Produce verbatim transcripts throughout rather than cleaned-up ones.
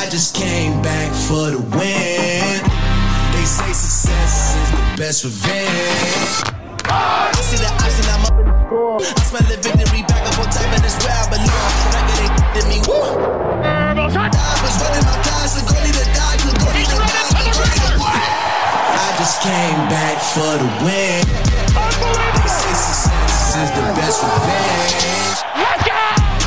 I just came back for the win. They say success is the best revenge. I see the option, I'm up in the score. I smell the victory back up on top, and it's where I believe. Like it ain't did me. I was running my class, the goalie to die, the goalie to die, the goalie to die. I just came back for the win. They say success is the best revenge. Let's go!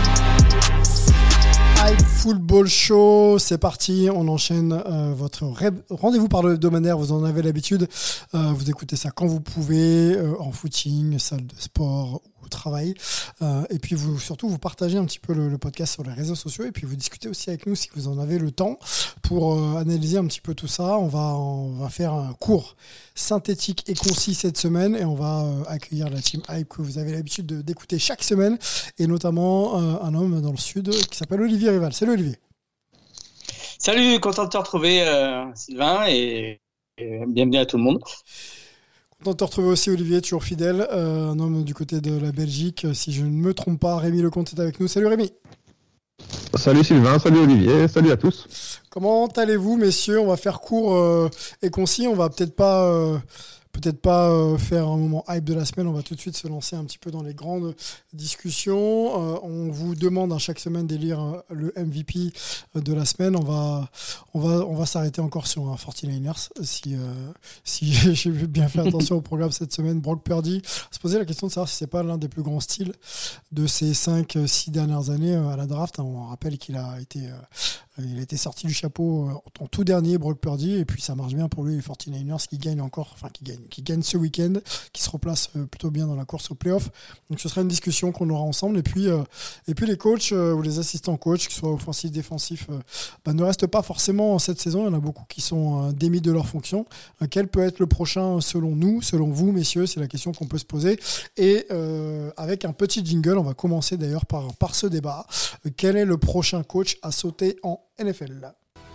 Hype Football Show, c'est parti, on enchaîne euh, votre ré- rendez-vous par le hebdomadaire, vous en avez l'habitude, euh, vous écoutez ça quand vous pouvez, euh, en footing, salle de sport, au travail, euh, et puis vous surtout vous partagez un petit peu le, le podcast sur les réseaux sociaux, et puis vous discutez aussi avec nous si vous en avez le temps pour euh, analyser un petit peu tout ça. On va, on va faire un cours synthétique et concis cette semaine, et on va euh, accueillir la team Hype que vous avez l'habitude de, d'écouter chaque semaine, et notamment euh, un homme dans le sud qui s'appelle Olivier Rival. Salut Olivier. Salut, content de te retrouver euh, Sylvain, et, et bienvenue à tout le monde. Content de te retrouver aussi Olivier, toujours fidèle, euh, un homme du côté de la Belgique, si je ne me trompe pas. Rémi Lecomte est avec nous. Salut Rémi. Salut Sylvain, salut Olivier, salut à tous. Comment allez-vous messieurs? On va faire court euh, et concis, on va peut-être pas... Euh, Peut-être pas euh, faire un moment hype de la semaine, on va tout de suite se lancer un petit peu dans les grandes discussions. Euh, on vous demande à chaque semaine d'élire euh, le M V P de la semaine. On va, on va, on va s'arrêter encore sur un forty-niners. Si, euh, si j'ai bien fait attention au programme cette semaine, Brock Purdy, se poser la question de savoir si c'est pas l'un des plus grands styles de ces cinq six dernières années à la draft. On rappelle qu'il a été... Euh, Il a été sorti du chapeau en tout dernier, Brock Purdy, et puis ça marche bien pour lui, les forty-niners qui gagnent encore, enfin qui gagnent, qui gagnent ce week-end, qui se replacent plutôt bien dans la course au play-off. Donc ce sera une discussion qu'on aura ensemble. Et puis, euh, et puis les coachs euh, ou les assistants coachs, que ce soit offensifs, défensifs, euh, bah, ne restent pas forcément cette saison. Il y en a beaucoup qui sont euh, démis de leur fonction. Euh, quel peut être le prochain selon nous, selon vous, messieurs? C'est la question qu'on peut se poser. Et euh, avec un petit jingle, on va commencer d'ailleurs par, par ce débat. Euh, quel est le prochain coach à sauter en N F L?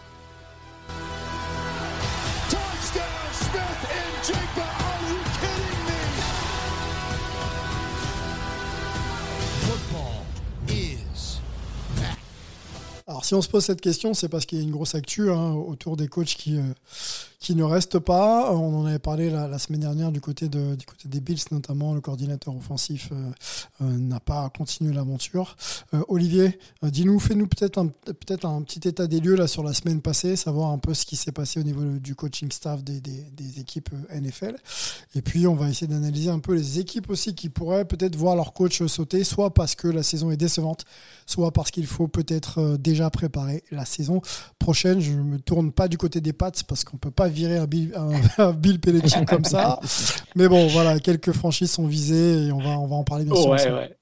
Alors si on se pose cette question, c'est parce qu'il y a une grosse actu hein, autour des coachs qui, euh, qui ne restent pas. On en avait parlé la, la semaine dernière du côté, de, du côté des Bills, notamment le coordinateur offensif euh, euh, n'a pas continué l'aventure. Euh, Olivier, euh, dis-nous, fais-nous peut-être un, peut-être un petit état des lieux là, sur la semaine passée, savoir un peu ce qui s'est passé au niveau du coaching staff des, des, des équipes N F L. Et puis on va essayer d'analyser un peu les équipes aussi qui pourraient peut-être voir leur coach sauter, soit parce que la saison est décevante, soit parce qu'il faut peut-être euh, déjà préparer la saison prochaine. Je ne me tourne pas du côté des Pats parce qu'on ne peut pas virer un Bill, un, un Bill Belichick comme ça. Mais bon, voilà, quelques franchises sont visées et on va, on va en parler bien sûr. Ouais, ouais.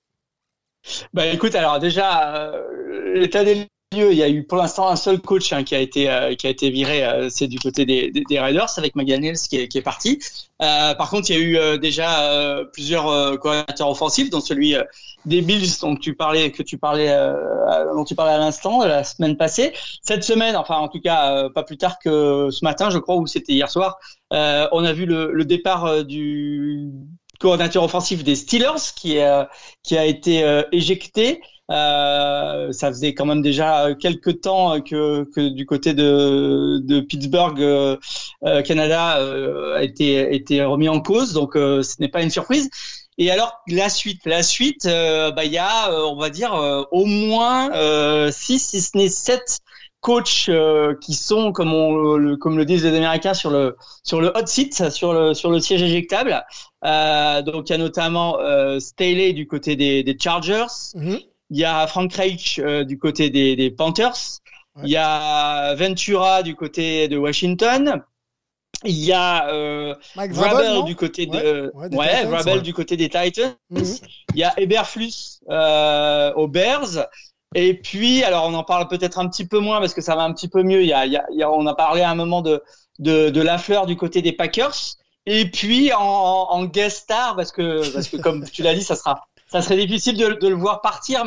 Bah écoute, alors déjà, euh, l'état des lieux, il y a eu pour l'instant un seul coach hein, qui a été euh, qui a été viré, euh, c'est du côté des, des, des Raiders avec McDaniels qui est, qui est parti. Euh, par contre, il y a eu euh, déjà euh, plusieurs euh, coordinateurs offensifs, dont celui euh, des Bills dont tu parlais, que tu parlais, euh, dont tu parlais à l'instant la semaine passée. Cette semaine, enfin en tout cas euh, pas plus tard que ce matin, je crois, ou c'était hier soir, euh, on a vu le, le départ euh, du coordinateur offensif des Steelers qui est, qui a été euh, éjecté. Euh, ça faisait quand même déjà quelques temps que, que du côté de, de Pittsburgh, euh, euh, Canada euh, a été, a été remis en cause, donc euh, ce n'est pas une surprise. Et alors la suite, la suite, euh, bah il y a, euh, on va dire, euh, au moins euh, six, si ce n'est sept coachs euh, qui sont, comme on, le, comme le disent les Américains, sur le sur le hot seat, sur le sur le siège éjectable. Euh, donc il y a notamment euh, Staley du côté des, des Chargers. Mm-hmm. Il y a Frank Reich euh, du côté des, des Panthers. Ouais. Il y a Ventura du côté de Washington. Il y a euh, Vrabel du côté de ouais, ouais, ouais Titans, Vrabel ouais. du côté des Titans. Mm-hmm. Il y a Eberflus euh, aux Bears. Et puis, alors on en parle peut-être un petit peu moins parce que ça va un petit peu mieux. Il y a, il y a, il y a on a parlé à un moment de de, de Lafleur du côté des Packers. Et puis en, en guest star parce que parce que comme tu l'as dit, ça sera ça serait difficile de, de le voir partir, mais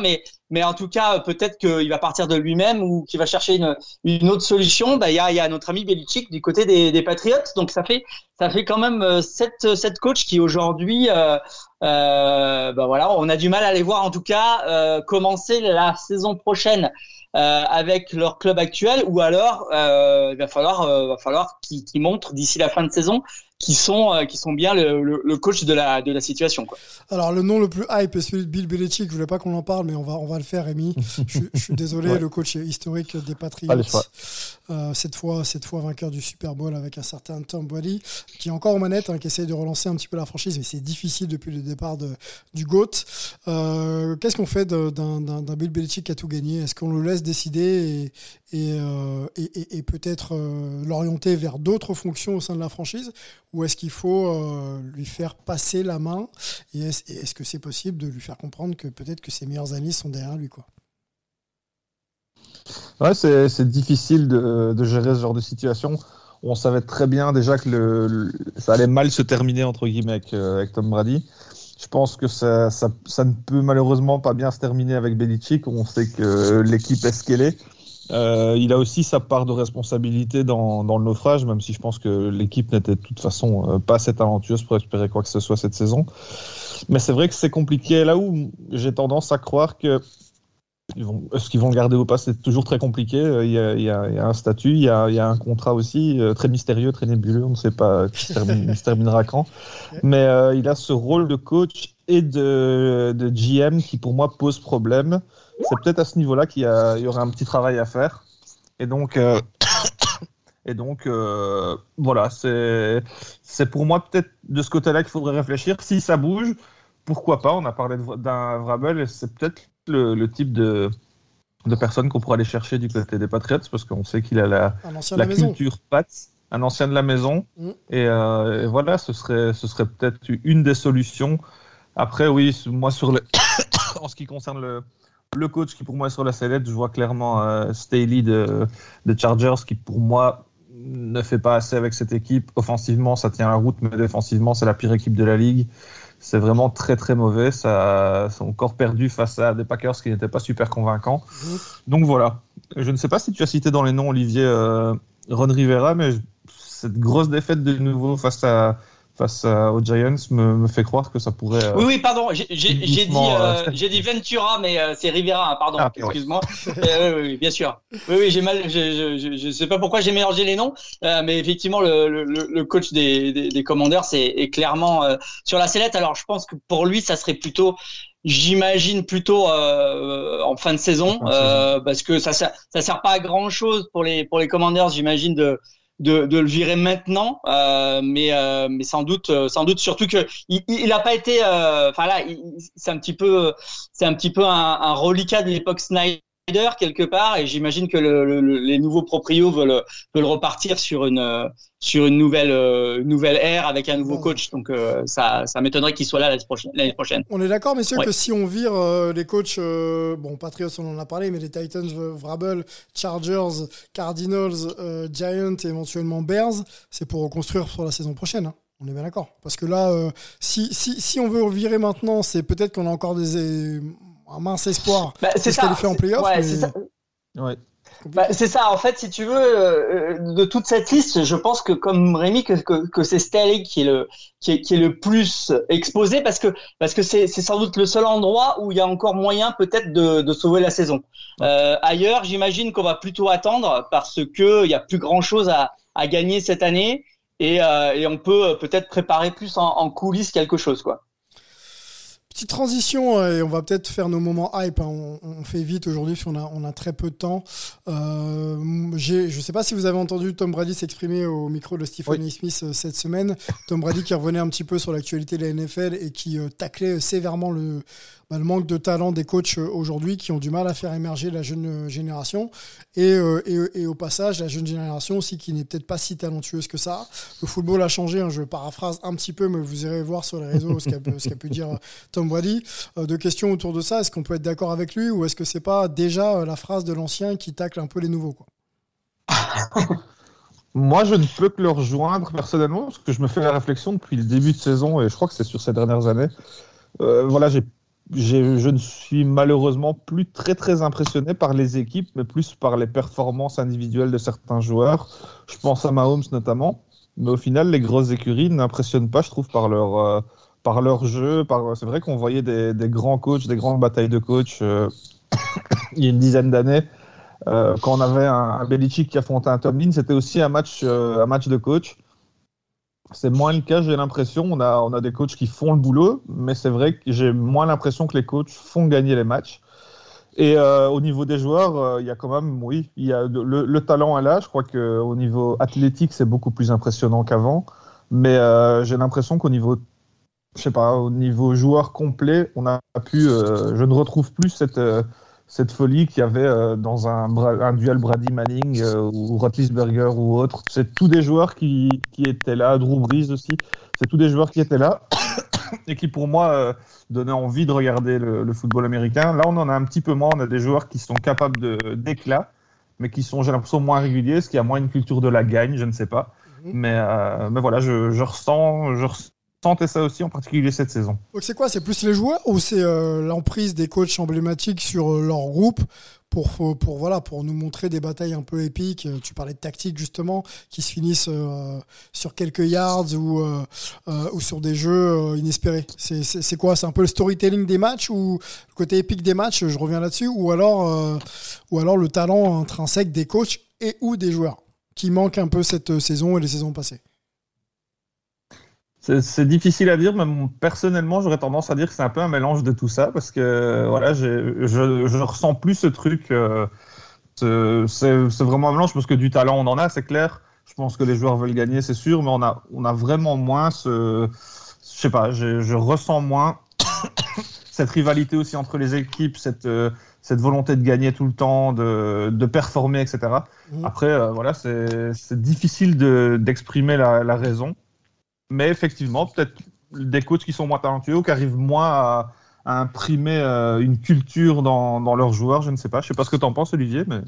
mais en tout cas, peut-être qu'il va partir de lui-même ou qu'il va chercher une, une autre solution. Bah, il y a, il y a notre ami Belichick du côté des, des Patriots. Donc, ça fait, ça fait quand même sept, sept coachs qui aujourd'hui, euh, euh, bah voilà, on a du mal à les voir en tout cas euh, commencer la saison prochaine euh, avec leur club actuel, ou alors euh, il va falloir, euh, va falloir qu'ils, qu'ils montrent d'ici la fin de saison qui sont euh, qui sont bien le, le, le coach de la de la situation, quoi. Alors le nom le plus hype est celui de Bill Belichick. Je voulais pas qu'on en parle, mais on va on va le faire, Rémi. je, je suis désolé, ouais. Le coach historique des Patriots, euh, cette fois cette fois vainqueur du Super Bowl avec un certain Tom Brady, qui est encore aux manettes, hein, qui essaie de relancer un petit peu la franchise, mais c'est difficile depuis le départ de, du GOAT. Euh, qu'est-ce qu'on fait de, d'un, d'un, d'un Bill Belichick qui a tout gagné? Est-ce qu'on le laisse décider et et, euh, et, et, et peut-être euh, l'orienter vers d'autres fonctions au sein de la franchise? Ou est-ce qu'il faut euh, lui faire passer la main, et est-ce, et est-ce que c'est possible de lui faire comprendre que peut-être que ses meilleurs amis sont derrière lui, quoi? Ouais, c'est, c'est difficile de, de gérer ce genre de situation. On savait très bien déjà que le, le, ça allait mal se terminer entre guillemets avec, euh, avec Tom Brady. Je pense que ça, ça, ça ne peut malheureusement pas bien se terminer avec Belichick. On sait que l'équipe est ce qu'elle est. Euh, il a aussi sa part de responsabilité dans, dans le naufrage, même si je pense que l'équipe n'était de toute façon euh, pas assez talentueuse pour espérer quoi que ce soit cette saison. Mais c'est vrai que c'est compliqué. Là où j'ai tendance à croire que ils vont, est-ce qu'ils vont le garder ou pas, c'est toujours très compliqué. Il y a, il y a, il y a un statut, il y a, il y a un contrat aussi euh, très mystérieux, très nébuleux. On ne sait pas qui se, termine, qui se terminera quand. Mais euh, il a ce rôle de coach et de, de G M qui pour moi pose problème. C'est peut-être à ce niveau-là qu'il y, a, il y aurait un petit travail à faire. Et donc, euh, et donc euh, voilà, c'est, c'est pour moi peut-être de ce côté-là qu'il faudrait réfléchir. Si ça bouge, pourquoi pas? On a parlé de, d'un Vrabel, et c'est peut-être le, le type de, de personne qu'on pourrait aller chercher du côté des Patriots, parce qu'on sait qu'il a la, la culture Pats, un ancien de la maison. Mmh. Et, euh, et voilà, ce serait, ce serait peut-être une des solutions. Après, oui, moi, sur le en ce qui concerne le Le coach qui pour moi est sur la sellette, je vois clairement euh, Staley de, de Chargers qui pour moi ne fait pas assez avec cette équipe. Offensivement, ça tient la route, mais défensivement, c'est la pire équipe de la ligue. C'est vraiment très très mauvais. Ça, c'est encore perdu face à des Packers qui n'étaient pas super convaincants. Mmh. Donc voilà. Je ne sais pas si tu as cité dans les noms, Olivier, euh, Ron Rivera, mais cette grosse défaite de nouveau face à face à, aux Giants me, me fait croire que ça pourrait... Euh, oui, oui, pardon, j'ai, j'ai, j'ai, dit, euh, j'ai dit Ventura, mais euh, c'est Rivera, hein, pardon, ah, excuse-moi. euh, oui, oui, bien sûr. Oui, oui, j'ai mal, je ne sais pas pourquoi j'ai mélangé les noms, euh, mais effectivement, le, le, le coach des, des, des Commanders est, est clairement euh, sur la sellette. Alors, je pense que pour lui, ça serait plutôt... J'imagine plutôt euh, en fin de saison, euh, parce que ça ça ça sert pas à grand chose pour les pour les Commanders, j'imagine, de de, de le virer maintenant, euh, mais euh, mais sans doute sans doute surtout que il il a pas été, enfin euh, là il, c'est un petit peu c'est un petit peu un, un reliquat de l'époque Snyder quelque part, et j'imagine que le, le, les nouveaux proprios veulent veulent repartir sur une sur une nouvelle euh, nouvelle ère avec un nouveau coach, donc euh, ça ça m'étonnerait qu'il soit là l'année prochaine. L'année prochaine. On est d'accord, messieurs, ouais. que si on vire euh, les coachs, euh, bon Patriots on en a parlé, mais les Titans, Vrabel, Chargers, Cardinals, euh, Giants et éventuellement Bears, c'est pour reconstruire sur la saison prochaine. Hein. On est bien d'accord, parce que là, euh, si si si on veut virer maintenant, c'est peut-être qu'on a encore des un mince espoir bah, de se qualifier en play-off. Ouais, mais... c'est ça. Ouais. Bah, c'est ça, en fait, si tu veux, euh, de toute cette liste, je pense que comme Rémi, que, que, que c'est Staley qui est le qui est, qui est le plus exposé, parce que parce que c'est c'est sans doute le seul endroit où il y a encore moyen peut-être de, de sauver la saison. Euh, ailleurs, j'imagine qu'on va plutôt attendre parce que il y a plus grand chose à à gagner cette année, et euh, et on peut peut-être préparer plus en, en coulisses quelque chose, quoi. Petite transition, et on va peut-être faire nos moments hype. Hein. On, on fait vite aujourd'hui parce qu'on a, on a très peu de temps. Euh, j'ai, je ne sais pas si vous avez entendu Tom Brady s'exprimer au micro de Stephen A. Smith euh, cette semaine. Tom Brady qui revenait un petit peu sur l'actualité de la N F L et qui euh, taclait sévèrement le, bah, le manque de talent des coachs euh, aujourd'hui qui ont du mal à faire émerger la jeune euh, génération. Et, euh, et, et au passage, la jeune génération aussi qui n'est peut-être pas si talentueuse que ça. Le football a changé, hein, je paraphrase un petit peu, mais vous irez voir sur les réseaux ce qu'a, ce qu'a pu dire Tom Brady. Euh, deux questions autour de ça. Est-ce qu'on peut être d'accord avec lui, ou est-ce que c'est pas déjà euh, la phrase de l'ancien qui tacle un peu les nouveaux, quoi? Moi, je ne peux que le rejoindre personnellement, parce que je me fais la réflexion depuis le début de saison, et je crois que c'est sur ces dernières années. Euh, voilà, j'ai j'ai, je ne suis malheureusement plus très très impressionné par les équipes, mais plus par les performances individuelles de certains joueurs. Je pense à Mahomes notamment, mais au final, les grosses écuries n'impressionnent pas, je trouve, par leur, euh, par leur jeu. Par... C'est vrai qu'on voyait des, des grands coachs, des grandes batailles de coachs euh, il y a une dizaine d'années. Euh, quand on avait un, un Belichick qui affrontait un Tomlin, c'était aussi un match, euh, un match de coach. C'est moins le cas, j'ai l'impression. On a, on a des coachs qui font le boulot, mais c'est vrai que j'ai moins l'impression que les coachs font gagner les matchs. Et euh, au niveau des joueurs, euh, il y a quand même, oui, il y a le, le talent est là. Je crois qu'au niveau athlétique, c'est beaucoup plus impressionnant qu'avant. Mais euh, j'ai l'impression qu'au niveau, je sais pas, au niveau joueur complet, on a pu. Euh, je ne retrouve plus cette euh, cette folie qu'il y avait euh, dans un, un duel Brady Manning euh, ou Roethlisberger ou autre. C'est tous des joueurs qui, qui étaient là, Drew Brees aussi. C'est tous des joueurs qui étaient là et qui, pour moi, euh, donnaient envie de regarder le, le football américain. Là, on en a un petit peu moins. On a des joueurs qui sont capables de, d'éclat, mais qui sont, j'ai l'impression, moins réguliers. Est-ce qu'il y a moins une culture de la gagne? Je ne sais pas. Mm-hmm. Mais, euh, mais voilà, je, je ressens... Je ressens sentais ça aussi, en particulier cette saison. Donc c'est quoi? C'est plus les joueurs ou c'est euh, l'emprise des coachs emblématiques sur euh, leur groupe pour, pour, pour, voilà, pour nous montrer des batailles un peu épiques? Tu parlais de tactique justement, qui se finissent euh, sur quelques yards ou, euh, euh, ou sur des jeux euh, inespérés. C'est, c'est, c'est quoi? C'est un peu le storytelling des matchs ou le côté épique des matchs, je reviens là-dessus, ou alors, euh, ou alors le talent intrinsèque des coachs et ou des joueurs qui manquent un peu cette saison et les saisons passées? C'est, c'est difficile à dire, mais mon, personnellement, j'aurais tendance à dire que c'est un peu un mélange de tout ça, parce que voilà, j'ai, je, je ressens plus ce truc. Euh, c'est, c'est, c'est vraiment un mélange, parce que du talent, on en a, c'est clair. Je pense que les joueurs veulent gagner, c'est sûr, mais on a, on a vraiment moins ce. Je sais pas, je, je ressens moins cette rivalité aussi entre les équipes, cette, euh, cette volonté de gagner tout le temps, de, de performer, et cetera. Mmh. Après, euh, voilà, c'est, c'est difficile de, d'exprimer la, la raison. Mais effectivement, peut-être des coachs qui sont moins talentueux ou qui arrivent moins à, à imprimer euh, une culture dans, dans leurs joueurs, je ne sais pas. Je ne sais pas ce que tu en penses, Olivier. Mais...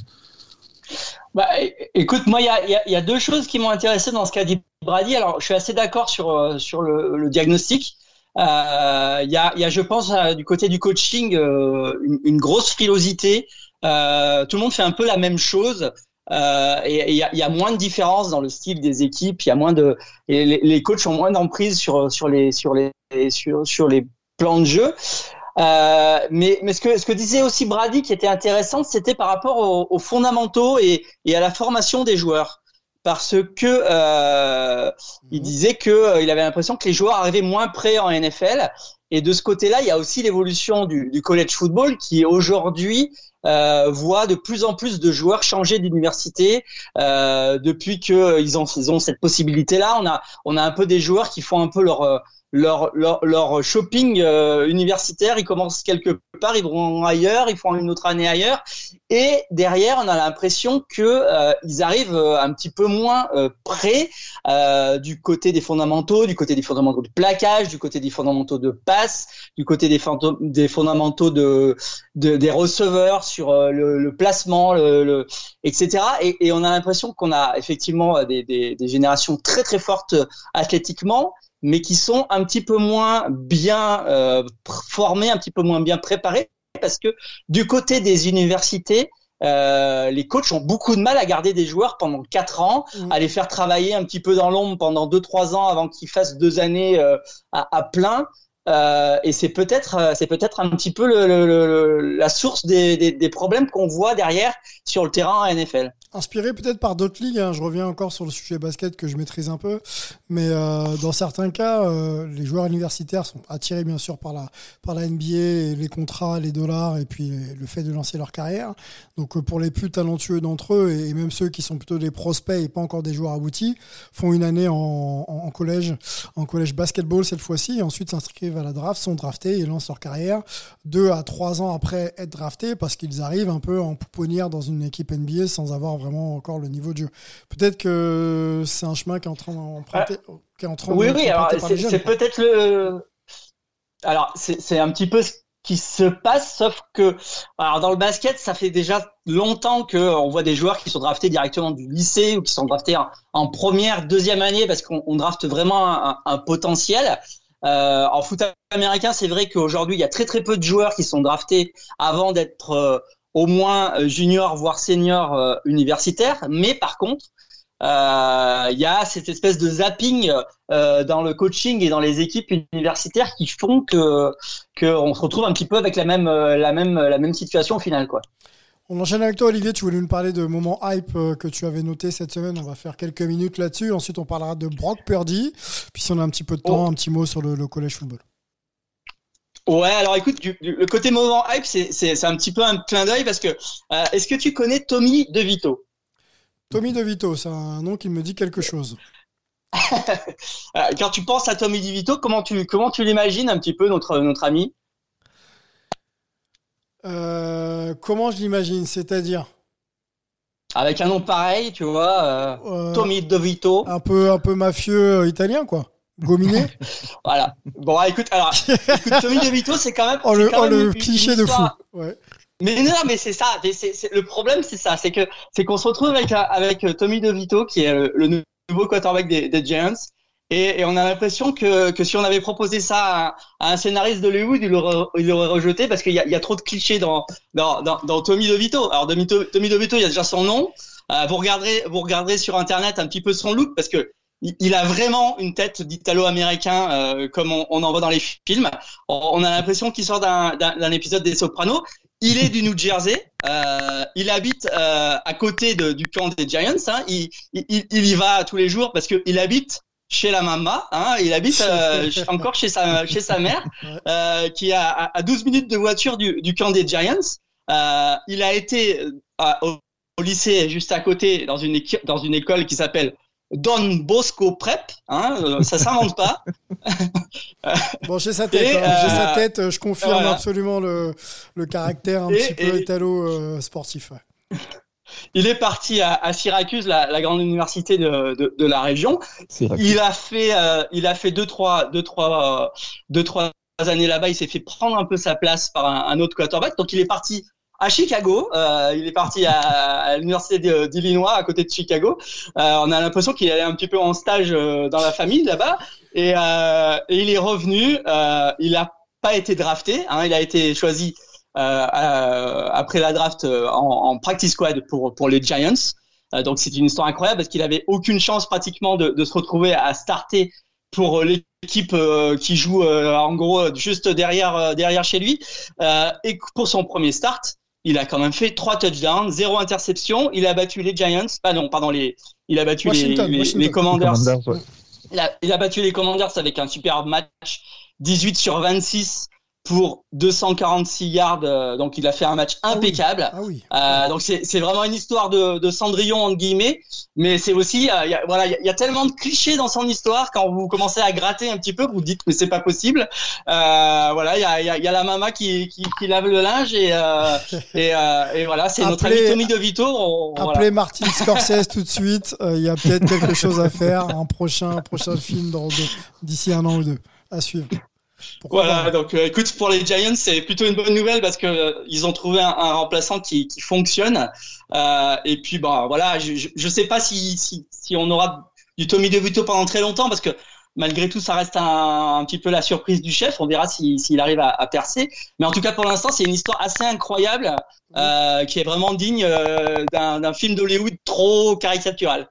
Bah, écoute, moi, il y a, y a deux choses qui m'ont intéressé dans ce qu'a dit Brady. Alors, je suis assez d'accord sur, sur le, le diagnostic. Il euh, y, a, y a, je pense, euh, du côté du coaching, euh, une, une grosse frilosité. Euh, tout le monde fait un peu la même chose. Euh, et il y a, y a moins de différence dans le style des équipes, il y a moins de, et les, les coachs ont moins d'emprise sur sur les sur les sur sur les plans de jeu. Euh, mais mais ce que ce que disait aussi Brady qui était intéressant, c'était par rapport aux, aux fondamentaux et et à la formation des joueurs, parce que euh, il disait que euh, il avait l'impression que les joueurs arrivaient moins prêts en N F L. Et de ce côté-là, il y a aussi l'évolution du, du college football qui aujourd'hui euh, voit de plus en plus de joueurs changer d'université euh, depuis que ils ont ils ont cette possibilité-là. On a on a un peu des joueurs qui font un peu leur leur leur, leur shopping euh, universitaire. Ils commencent quelque part, ils vont ailleurs, ils font une autre année ailleurs, et derrière, on a l'impression que euh, ils arrivent un petit peu moins euh, près euh, du côté des fondamentaux, du côté des fondamentaux de plaquage, du côté des fondamentaux de passe, du côté des, fanta- des fondamentaux de, de des receveurs sur euh, le, le placement, le, le et cetera. Et, et on a l'impression qu'on a effectivement des, des, des générations très très fortes athlétiquement, mais qui sont un petit peu moins bien euh, formés, un petit peu moins bien préparés, parce que du côté des universités, euh, les coachs ont beaucoup de mal à garder des joueurs pendant quatre ans, mmh. à les faire travailler un petit peu dans l'ombre pendant deux trois ans avant qu'ils fassent deux années euh, à, à plein. Euh, et c'est peut-être, c'est peut-être un petit peu le, le, le, la source des, des, des problèmes qu'on voit derrière sur le terrain en N F L. Inspiré peut-être par d'autres ligues, hein. Je reviens encore sur le sujet basket que je maîtrise un peu, mais euh, dans certains cas, euh, les joueurs universitaires sont attirés bien sûr par la, par la N B A, et les contrats, les dollars et puis le fait de lancer leur carrière. Donc euh, pour les plus talentueux d'entre eux, et, et même ceux qui sont plutôt des prospects et pas encore des joueurs aboutis, font une année en, en, en collège, en collège basketball cette fois-ci, et ensuite s'inscrivent à la draft, sont draftés et lancent leur carrière deux à trois ans après être draftés, parce qu'ils arrivent un peu en pouponnière dans une équipe N B A sans avoir vraiment encore le niveau de jeu. Peut-être que c'est un chemin qui est en train d'emprunter, ah, qui est en train oui, de oui, alors c'est, jeunes, c'est peut-être le. Alors c'est, c'est un petit peu ce qui se passe, sauf que alors dans le basket, ça fait déjà longtemps que on voit des joueurs qui sont draftés directement du lycée ou qui sont draftés en, en première, deuxième année, parce qu'on on drafte vraiment un, un potentiel. Euh, en foot américain, c'est vrai qu'aujourd'hui, il y a très très peu de joueurs qui sont draftés avant d'être euh, au moins junior, voire senior euh, universitaire. Mais par contre, euh, il y a cette espèce de zapping euh, dans le coaching et dans les équipes universitaires qui font que qu'on se retrouve un petit peu avec la même la même la même situation au final, quoi. On enchaîne avec toi, Olivier. Tu voulais nous parler de moments hype que tu avais noté cette semaine. On va faire quelques minutes là-dessus. Ensuite, on parlera de Brock Purdy. Puis, si on a un petit peu de temps, oh. un petit mot sur le, le college football. Ouais, alors écoute, du, du, le côté moment hype, c'est, c'est, c'est un petit peu un clin d'œil parce que euh, est-ce que tu connais Tommy DeVito ? Tommy DeVito, c'est un nom qui me dit quelque chose. Quand tu penses à Tommy DeVito, comment tu, comment tu l'imagines un petit peu, notre, notre ami ? Euh, comment je l'imagine, c'est-à-dire avec un nom pareil, tu vois, euh, euh, Tommy DeVito, un peu un peu mafieux euh, italien, quoi, gominé. Voilà. Bon, écoute, alors, écoute, Tommy DeVito, c'est quand même, oh, c'est le, quand oh, même le une, cliché une de fou. Ouais. Mais non, mais c'est ça. C'est, c'est, c'est, le problème, c'est ça, c'est que c'est qu'on se retrouve avec avec Tommy DeVito, qui est le, le nouveau quarterback des, des Giants. Et, et on a l'impression que, que si on avait proposé ça à, à un scénariste d'Hollywood, il l'aurait, il l'aurait rejeté parce qu'il y a, il y a trop de clichés dans, dans, dans, dans Tommy DeVito. Alors, Tommy, Tommy DeVito, il y a déjà son nom. Euh, vous regarderez, vous regarderez sur Internet un petit peu son look parce que il, il a vraiment une tête d'Italo-américain, euh, comme on, on en voit dans les films. On, on a l'impression qu'il sort d'un, d'un, d'un épisode des Sopranos. Il est du New Jersey. Euh, il habite euh, à côté de, du camp des Giants. Hein. Il, il, il y va tous les jours parce que il habite chez la maman, hein, il habite euh, encore chez sa chez sa mère, euh, qui est à, à douze minutes de voiture du, du camp des Giants. Euh, il a été à, au, au lycée juste à côté dans une équi- dans une école qui s'appelle Don Bosco Prep, hein, ça s'invente pas. Bon, j'ai sa tête, et, hein, euh, j'ai sa tête, je confirme voilà. absolument le le caractère un et, petit peu et, italo euh, sportif. Ouais. Il est parti à, à Syracuse, la, la grande université de, de, de la région. Syracuse. Il a fait, euh, il a fait deux, trois, deux, trois, euh, deux, trois années là-bas. Il s'est fait prendre un peu sa place par un, un autre quarterback. Donc, il est parti à Chicago. Euh, il est parti à, à l'université de, d'Illinois, à côté de Chicago. Euh, on a l'impression qu'il allait un petit peu en stage euh, dans la famille là-bas. Et, euh, et il est revenu. Euh, il a pas été drafté. Hein, il a été choisi. Euh, euh, après la draft euh, en, en practice squad pour pour les Giants. Euh, donc c'est une histoire incroyable parce qu'il avait aucune chance pratiquement de, de se retrouver à starter pour l'équipe euh, qui joue euh, en gros juste derrière euh, derrière chez lui. Euh, et pour son premier start, il a quand même fait trois touchdowns, zéro interception. Il a battu les Giants. Ah non, pardon, les. Il a battu Washington, les, les, Washington. les Commanders. Les Commanders ouais. il, a, il a battu les Commanders avec un superbe match, dix-huit sur vingt-six. Pour deux cent quarante-six yards, euh, donc il a fait un match impeccable. Ah oui. Ah oui. Euh, donc c'est c'est vraiment une histoire de, de Cendrillon entre guillemets, mais c'est aussi euh, y a, voilà il y, y a tellement de clichés dans son histoire quand vous commencez à gratter un petit peu, vous dites mais c'est pas possible. Euh, voilà il y a, y, a, y a la maman qui, qui, qui lave le linge et euh, et, euh, et voilà c'est appelez, notre ami Tommy DeVito. On, appelez voilà. Martin Scorsese tout de suite. Il euh, y a peut-être quelque chose à faire, un prochain prochain film dans, d'ici un an ou deux à suivre. Pourquoi voilà, pas. Donc euh, écoute, pour les Giants, c'est plutôt une bonne nouvelle parce que euh, ils ont trouvé un, un remplaçant qui, qui fonctionne. Euh, et puis bah voilà, je, je, je sais pas si, si si on aura du Tommy DeVito pendant très longtemps parce que malgré tout, ça reste un, un petit peu la surprise du chef. On verra si s'il arrive à, à percer. Mais en tout cas, pour l'instant, c'est une histoire assez incroyable euh, qui est vraiment digne euh, d'un, d'un film d'Hollywood trop caricatural.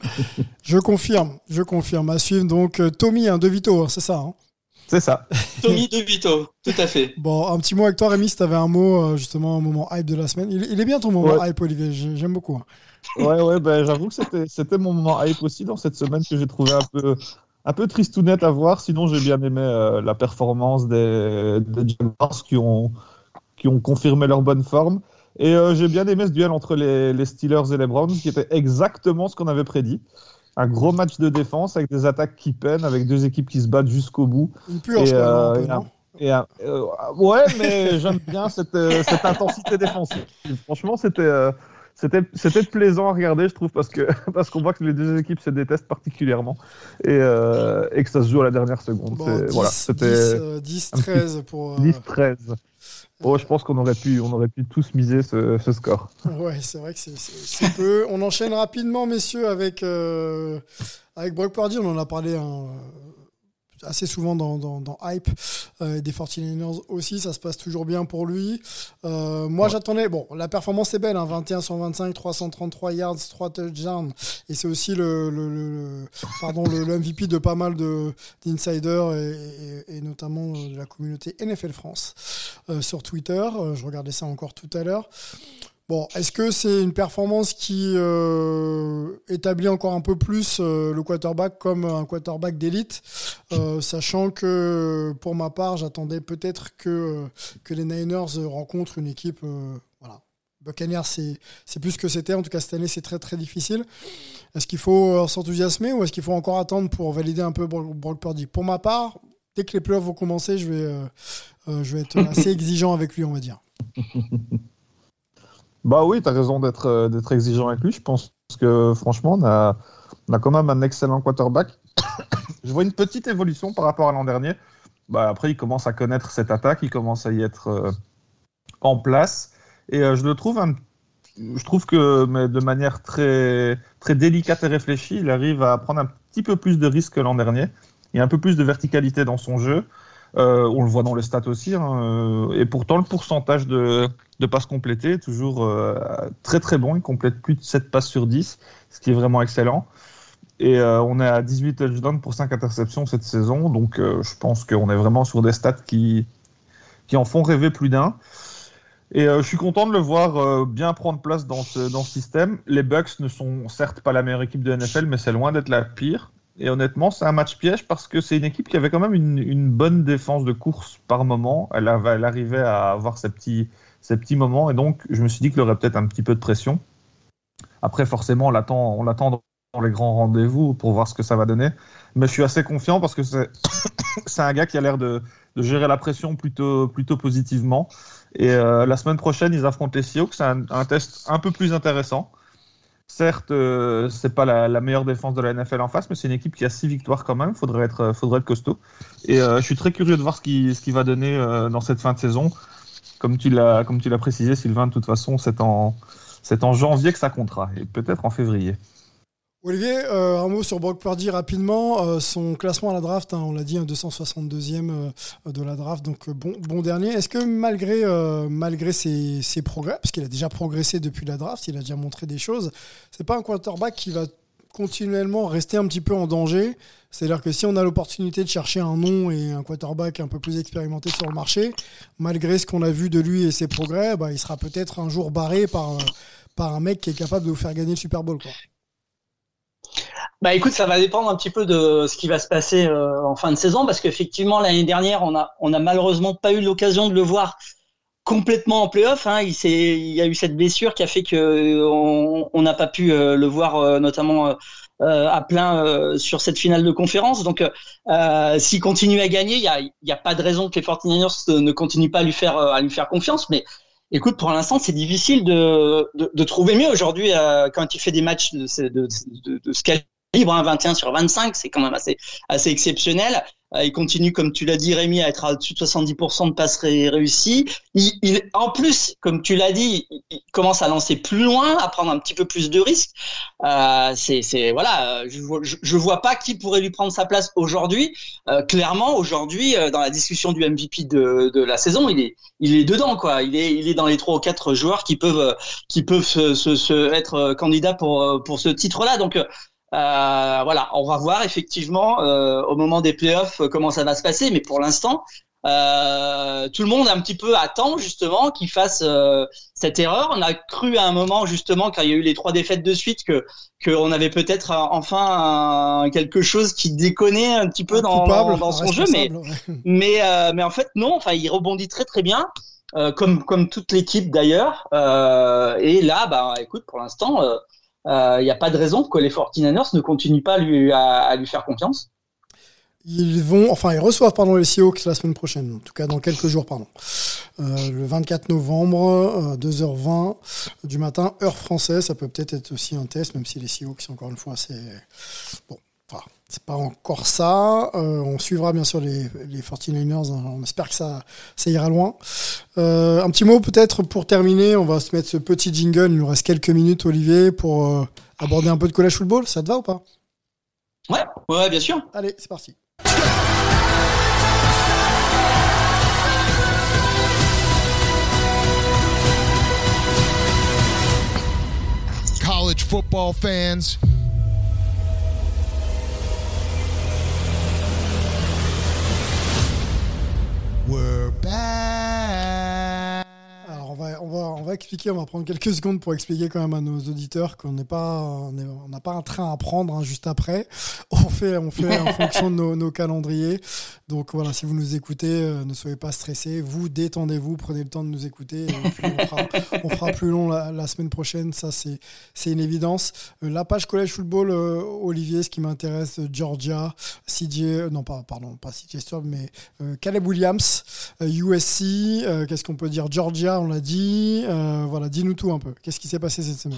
Je confirme, je confirme. À suivre donc euh, Tommy hein, DeVito, hein, c'est ça. Hein C'est ça. Tommy DeVito, tout à fait. Bon, un petit mot avec toi, Rémi, si tu avais un mot, justement, un moment hype de la semaine. Il, il est bien ton moment ouais. hype, Olivier, j'aime beaucoup. Ouais, ouais, ben, j'avoue que c'était, c'était mon moment hype aussi dans cette semaine que j'ai trouvé un peu, un peu tristounette à voir. Sinon, j'ai bien aimé euh, la performance des, des Jaguars qui ont, qui ont confirmé leur bonne forme. Et euh, j'ai bien aimé ce duel entre les, les Steelers et les Browns qui était exactement ce qu'on avait prédit. Un gros match de défense avec des attaques qui peinent, avec deux équipes qui se battent jusqu'au bout. Une purge, et, euh, euh, peu, non et un, euh, ouais, mais j'aime bien cette, euh, cette intensité défensive. Franchement, c'était, euh, c'était, c'était plaisant à regarder, je trouve, parce, que, parce qu'on voit que les deux équipes se détestent particulièrement et, euh, et que ça se joue à la dernière seconde. Bon, c'est, dix, voilà, c'était dix treize pour... Euh... dix treize. Oh, je pense qu'on aurait pu, on aurait pu tous miser ce, ce score. Ouais, c'est vrai que c'est, c'est, c'est peu. On enchaîne rapidement, messieurs, avec, euh, avec Brock Purdy. On en a parlé hein, assez souvent dans, dans, dans Hype, euh, des forty-niners aussi, ça se passe toujours bien pour lui. Euh, moi, ouais. j'attendais... Bon, la performance est belle, hein, vingt et un sur vingt-cinq, trois cent trente-trois yards, trois touchdowns, et c'est aussi le, le, le, le, pardon, le, le M V P de pas mal de, d'insiders, et, et, et notamment de la communauté N F L France euh, sur Twitter. Euh, je regardais ça encore tout à l'heure. Bon, est-ce que c'est une performance qui euh, établit encore un peu plus euh, le quarterback comme un quarterback d'élite, euh, sachant que pour ma part, j'attendais peut-être que, que les Niners rencontrent une équipe. Euh, voilà. Buccaneers, c'est, c'est plus ce que c'était. En tout cas, cette année, c'est très très difficile. Est-ce qu'il faut s'enthousiasmer ou est-ce qu'il faut encore attendre pour valider un peu Brock Purdy ? Pour ma part, dès que les playoffs vont commencer, je vais, euh, euh, je vais être assez exigeant avec lui, on va dire. Bah oui, tu as raison d'être, euh, d'être exigeant avec lui. Je pense que franchement, on a, on a quand même un excellent quarterback. Je vois une petite évolution par rapport à l'an dernier. Bah, après, il commence à connaître cette attaque, il commence à y être euh, en place. Et euh, je le trouve, un, je trouve que mais de manière très, très délicate et réfléchie, il arrive à prendre un petit peu plus de risques que l'an dernier. Il y a un peu plus de verticalité dans son jeu. Euh, on le voit dans les stats aussi, hein, et pourtant le pourcentage de, de passes complétées est toujours euh, très très bon. Il complète plus de sept passes sur dix, ce qui est vraiment excellent. Et euh, on est à dix-huit touchdowns pour cinq interceptions cette saison, donc euh, je pense qu'on est vraiment sur des stats qui, qui en font rêver plus d'un. Et euh, je suis content de le voir euh, bien prendre place dans ce, dans ce système. Les Bucks ne sont certes pas la meilleure équipe de N F L, mais c'est loin d'être la pire. Et honnêtement, c'est un match piège parce que c'est une équipe qui avait quand même une, une bonne défense de course par moment. Elle, avait, elle arrivait à avoir ses petits, ses petits moments. Et donc, je me suis dit qu'il aurait peut-être un petit peu de pression. Après, forcément, on l'attend, on l'attend dans les grands rendez-vous pour voir ce que ça va donner. Mais je suis assez confiant parce que c'est, c'est un gars qui a l'air de, de gérer la pression plutôt, plutôt positivement. Et euh, la semaine prochaine, ils affrontent les Seahawks. C'est un, un test un peu plus intéressant. Certes, euh, c'est pas la, la meilleure défense de la N F L en face, mais c'est une équipe qui a six victoires quand même. Faudrait être, faudrait être costaud. Et euh, je suis très curieux de voir ce qui, ce qui va donner euh, dans cette fin de saison. Comme tu l'as, comme tu l'as précisé, Sylvain, de toute façon, c'est en, c'est en janvier que ça comptera, et peut-être en février. Olivier, euh, un mot sur Brock Purdy rapidement. Euh, son classement à la draft, hein, on l'a dit, un deux cent soixante-deuxième euh, de la draft, donc euh, bon, bon dernier. Est-ce que malgré, euh, malgré ses, ses progrès, parce qu'il a déjà progressé depuis la draft, il a déjà montré des choses, c'est pas un quarterback qui va continuellement rester un petit peu en danger? C'est-à-dire que si on a l'opportunité de chercher un nom et un quarterback un peu plus expérimenté sur le marché, malgré ce qu'on a vu de lui et ses progrès, bah, il sera peut-être un jour barré par, par un mec qui est capable de vous faire gagner le Super Bowl, quoi. Bah écoute, ça va dépendre un petit peu de ce qui va se passer euh, en fin de saison, parce qu'effectivement l'année dernière, on a on a malheureusement pas eu l'occasion de le voir complètement en play-off. Hein. Il s'est, il y a eu cette blessure qui a fait que on on n'a pas pu euh, le voir euh, notamment euh, à plein euh, sur cette finale de conférence. Donc euh, s'il continue à gagner, il y a il y a pas de raison que les forty-niners ne continuent pas à lui faire à lui faire confiance, mais écoute, pour l'instant, c'est difficile de, de, de trouver mieux aujourd'hui euh, quand il fait des matchs de, de, de, de ce calibre, hein, vingt et un sur vingt-cinq, c'est quand même assez, assez exceptionnel. Euh, il continue, comme tu l'as dit, Rémi, à être à au-dessus de soixante-dix pour cent de passes ré- réussies. Il, il, en plus, comme tu l'as dit, il, il commence à lancer plus loin, à prendre un petit peu plus de risques. Euh, c'est, c'est voilà, je, je, je vois pas qui pourrait lui prendre sa place aujourd'hui. Euh, clairement, aujourd'hui, euh, dans la discussion du M V P de, de la saison, il est, il est dedans, quoi. Il est, il est dans les trois ou quatre joueurs qui peuvent, qui peuvent se, se, se être candidats pour, pour ce titre-là. Donc Euh, voilà, on va voir effectivement euh, au moment des playoffs euh, comment ça va se passer, mais pour l'instant, euh, tout le monde un petit peu attend justement qu'il fasse euh, cette erreur. On a cru à un moment justement, quand il y a eu les trois défaites de suite, que qu'on avait peut-être euh, enfin un, quelque chose qui déconnait un petit peu un dans, coupable, dans son jeu, mais ouais. mais euh, mais en fait non. Enfin, il rebondit très très bien, euh, comme comme toute l'équipe d'ailleurs. Euh, et là, bah écoute, pour l'instant. Euh, il euh, n'y a pas de raison que les forty-niners ne continuent pas à lui, à, à lui faire confiance. Ils vont, enfin, ils reçoivent pardon, les Seahawks la semaine prochaine, en tout cas dans quelques jours, pardon. Euh, le vingt-quatre novembre, euh, deux heures vingt du matin, heure française. Ça peut peut-être être aussi un test, même si les Seahawks, encore une fois, c'est bon. Enfin, c'est pas encore ça. Euh, on suivra bien sûr les, les forty-niners. Hein. On espère que ça, ça ira loin. Euh, un petit mot peut-être pour terminer. On va se mettre ce petit jingle. Il nous reste quelques minutes, Olivier, pour euh, aborder un peu de college football. Ça te va ou pas ? Ouais, ouais, bien sûr. Allez, c'est parti. college football fans. We're back. Alors on va, on va, on va expliquer, on va prendre quelques secondes pour expliquer quand même à nos auditeurs qu'on n'est pas, on n'a pas un train à prendre hein, juste après. On fait, on fait en fonction de nos, nos calendriers. Donc voilà, si vous nous écoutez, euh, ne soyez pas stressés. Vous détendez-vous, prenez le temps de nous écouter. Et puis on fera, on fera plus long la, la semaine prochaine. Ça c'est, c'est une évidence. Euh, la page college football, euh, Olivier, ce qui m'intéresse, euh, Georgia, C J, euh, non pas, pardon, pas C J Stroud, mais euh, Caleb Williams, euh, U S C. Euh, qu'est-ce qu'on peut dire? Georgia, on l'a dit. Euh, voilà, dis-nous tout un peu. Qu'est-ce qui s'est passé cette semaine?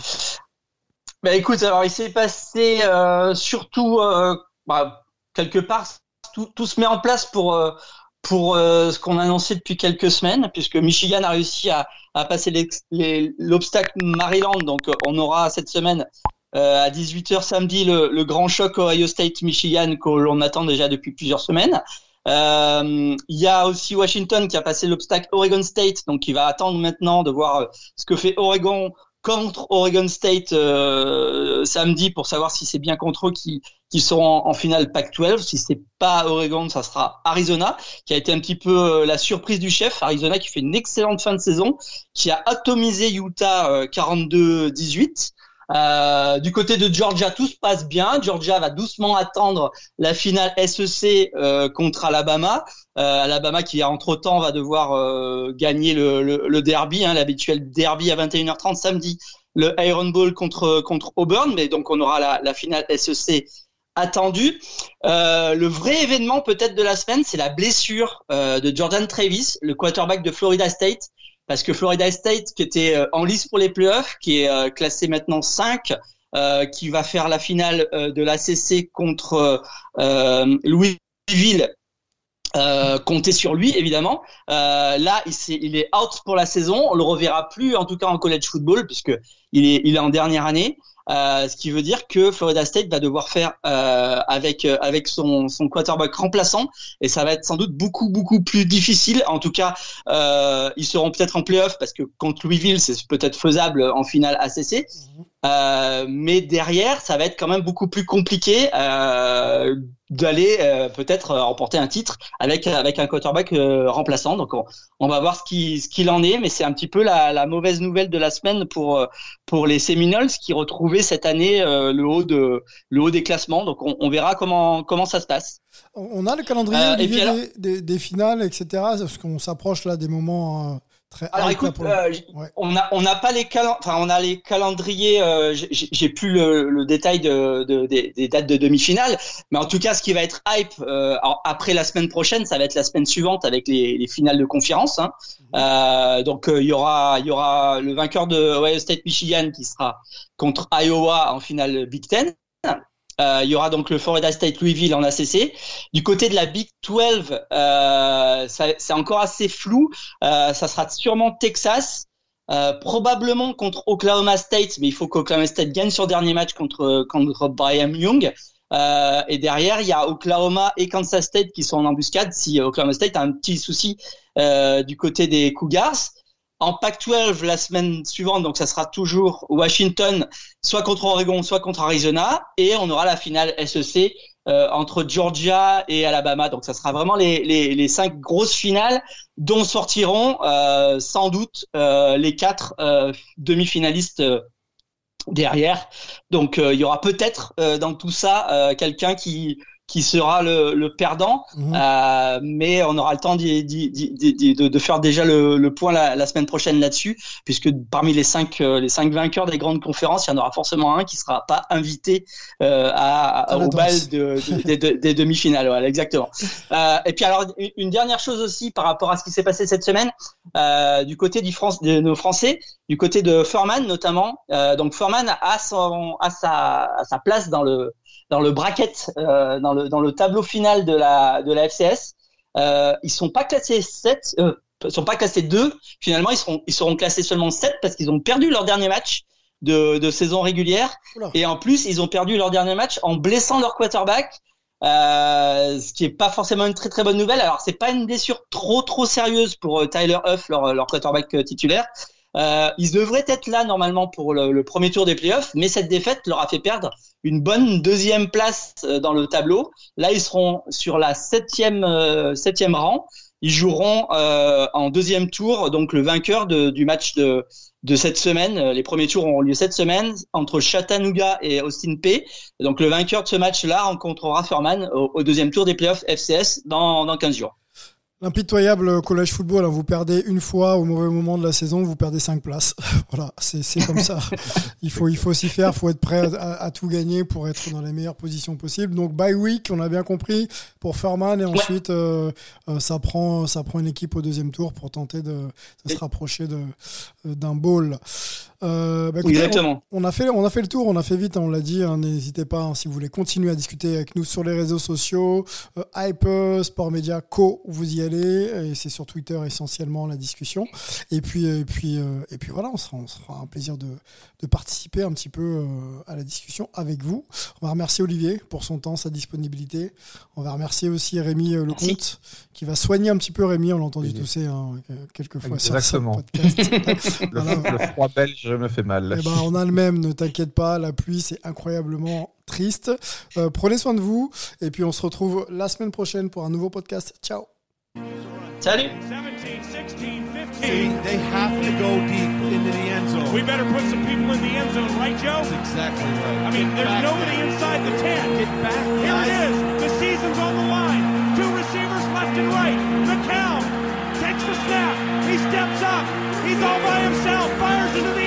Bah écoute, alors il s'est passé euh, surtout euh, bah, quelque part tout, tout se met en place pour euh, pour euh, ce qu'on a annoncé depuis quelques semaines, puisque Michigan a réussi à, à passer les, les, l'obstacle Maryland. Donc on aura cette semaine euh, à dix-huit heures samedi le, le grand choc Ohio State-Michigan que l'on attend déjà depuis plusieurs semaines. Il euh, y a aussi Washington qui a passé l'obstacle Oregon State, donc il va attendre maintenant de voir ce que fait Oregon contre Oregon State euh, samedi pour savoir si c'est bien contre eux qui qui seront en, en finale Pac douze. Si c'est pas Oregon, ça sera Arizona qui a été un petit peu euh, la surprise du chef. Arizona qui fait une excellente fin de saison, qui a atomisé Utah euh, quarante-deux dix-huit. Euh, du côté de Georgia, tout se passe bien. Georgia va doucement attendre la finale S E C euh, contre Alabama. Euh, Alabama qui, entre-temps, va devoir euh, gagner le, le, le derby, hein, l'habituel derby à vingt et une heures trente samedi, le Iron Bowl contre contre Auburn. Mais donc, on aura la, la finale S E C attendue. Euh, le vrai événement peut-être de la semaine, c'est la blessure euh, de Jordan Travis, le quarterback de Florida State. Parce que Florida State, qui était en lice pour les playoffs, qui est euh, classé maintenant cinq, euh, qui va faire la finale euh, de l'A C C contre euh, Louisville, euh, compter sur lui évidemment. Euh, là, il, c'est, il est out pour la saison. On le reverra plus, en tout cas en college football, puisque il est, il est en dernière année. Euh, ce qui veut dire que Florida State va devoir faire euh, avec euh, avec son son quarterback remplaçant, et ça va être sans doute beaucoup beaucoup plus difficile. En tout cas, euh, ils seront peut-être en play-off parce que contre Louisville, c'est peut-être faisable en finale A C C. Mmh. Euh, mais derrière, ça va être quand même beaucoup plus compliqué euh, d'aller euh, peut-être remporter un titre avec avec un quarterback euh, remplaçant. Donc on, on va voir ce qui ce qu'il en est, mais c'est un petit peu la la mauvaise nouvelle de la semaine pour pour les Seminoles qui retrouvaient cette année euh, le haut de le haut des classements. Donc on, on verra comment comment ça se passe. On a le calendrier euh, Olivier, alors, des, des, des finales, et cetera. Parce qu'on s'approche là des moments. Euh... Très Alors écoute, euh, ouais. on a on n'a pas les cal- enfin on a les calendriers. Euh, j'ai, j'ai plus le, le détail de, de des, des dates de demi-finale, mais en tout cas, ce qui va être hype euh, alors, après la semaine prochaine, ça va être la semaine suivante avec les, les finales de conférence. Hein. Mmh. Euh, donc il euh, y aura il y aura le vainqueur de Ohio State Michigan qui sera contre Iowa en finale Big Ten. Euh, il y aura donc le Florida State Louisville en A C C. Du côté de la Big douze, euh, ça, c'est encore assez flou. Euh, ça sera sûrement Texas, euh, probablement contre Oklahoma State, mais il faut qu'Oklahoma State gagne son dernier match contre contre Brigham Young. Euh, et derrière, il y a Oklahoma et Kansas State qui sont en embuscade si Oklahoma State a un petit souci euh, du côté des Cougars. En Pac douze, la semaine suivante, donc ça sera toujours Washington, soit contre Oregon, soit contre Arizona, et on aura la finale S E C euh, entre Georgia et Alabama. Donc ça sera vraiment les les, les cinq grosses finales dont sortiront euh, sans doute euh, les quatre euh, demi-finalistes euh, derrière. Donc euh, il y aura peut-être euh, dans tout ça euh, quelqu'un qui qui sera le, le perdant, mmh. euh, mais on aura le temps d'y, d'y, d'y, d'y, de, de faire déjà le, le point la, la semaine prochaine là-dessus, puisque parmi les cinq, euh, les cinq vainqueurs des grandes conférences, il y en aura forcément un qui sera pas invité euh, à, à, au bal de, de, de, de, des demi-finales. Voilà, exactement. Euh, et puis alors une, une dernière chose aussi par rapport à ce qui s'est passé cette semaine, euh, du côté du France, de nos Français, du côté de Furman notamment. Euh, donc Furman a son, a sa, a sa place dans le dans le bracket, euh, dans le dans le tableau final de la de la F C S. Euh, ils sont pas classés sept, euh, ils sont pas classés deux. Finalement, ils seront ils seront classés seulement sept parce qu'ils ont perdu leur dernier match de de saison régulière. Oula. Et en plus, ils ont perdu leur dernier match en blessant leur quarterback. Euh, ce qui est pas forcément une très très bonne nouvelle. Alors c'est pas une blessure trop trop sérieuse pour Tyler Huff, leur leur quarterback titulaire. Euh, ils devraient être là normalement pour le, le premier tour des playoffs, mais cette défaite leur a fait perdre une bonne deuxième place dans le tableau. Là, ils seront sur la septième, euh, septième rang. Ils joueront euh, en deuxième tour, donc le vainqueur de, du match de, de cette semaine. Les premiers tours auront lieu cette semaine entre Chattanooga et Austin Peay. Donc le vainqueur de ce match-là rencontrera Furman au, au deuxième tour des playoffs F C S dans, dans quinze jours. L'impitoyable college football, hein, vous perdez une fois au mauvais moment de la saison, vous perdez cinq places. Voilà, c'est, c'est comme ça. Il faut, il faut s'y faire, il faut être prêt à, à tout gagner pour être dans les meilleures positions possibles. Donc, bye week, on a bien compris, pour Furman, et ensuite, ouais. euh, euh, ça prend, ça prend une équipe au deuxième tour pour tenter de, de se rapprocher de, d'un bowl. Euh, bah, écoutez, Exactement. On, on a fait, on a fait le tour, on a fait vite, hein, on l'a dit. Hein, n'hésitez pas, hein, si vous voulez continuer à discuter avec nous sur les réseaux sociaux, euh, Hype, Sport Media Co, vous y allez, et c'est sur Twitter essentiellement la discussion. Et puis, et puis, euh, et puis voilà, on sera, on sera un plaisir de, de participer un petit peu euh, à la discussion avec vous. On va remercier Olivier pour son temps, sa disponibilité. On va remercier aussi Rémi euh, Lecomte, qui va soigner un petit peu Rémi, on l'a entendu oui. tousser hein, quelques fois Exactement. sur ce podcast. le, voilà. le froid belge me fait mal. Eh ben, on a le même, ne t'inquiète pas, la pluie c'est incroyablement triste. Euh, prenez soin de vous et puis on se retrouve la semaine prochaine pour un nouveau podcast. Ciao. Salut. seventeen, sixteen, fifteen. They have to go deep into the end zone. We better put some people in the end zone, right, Joe? That's exactly right. I mean, Get there's nobody there. inside the ten. Get back. Here guys. It is. The season's on the line. Two receivers left and right. McCown takes the snap. He steps up. He's all by himself. Fires into the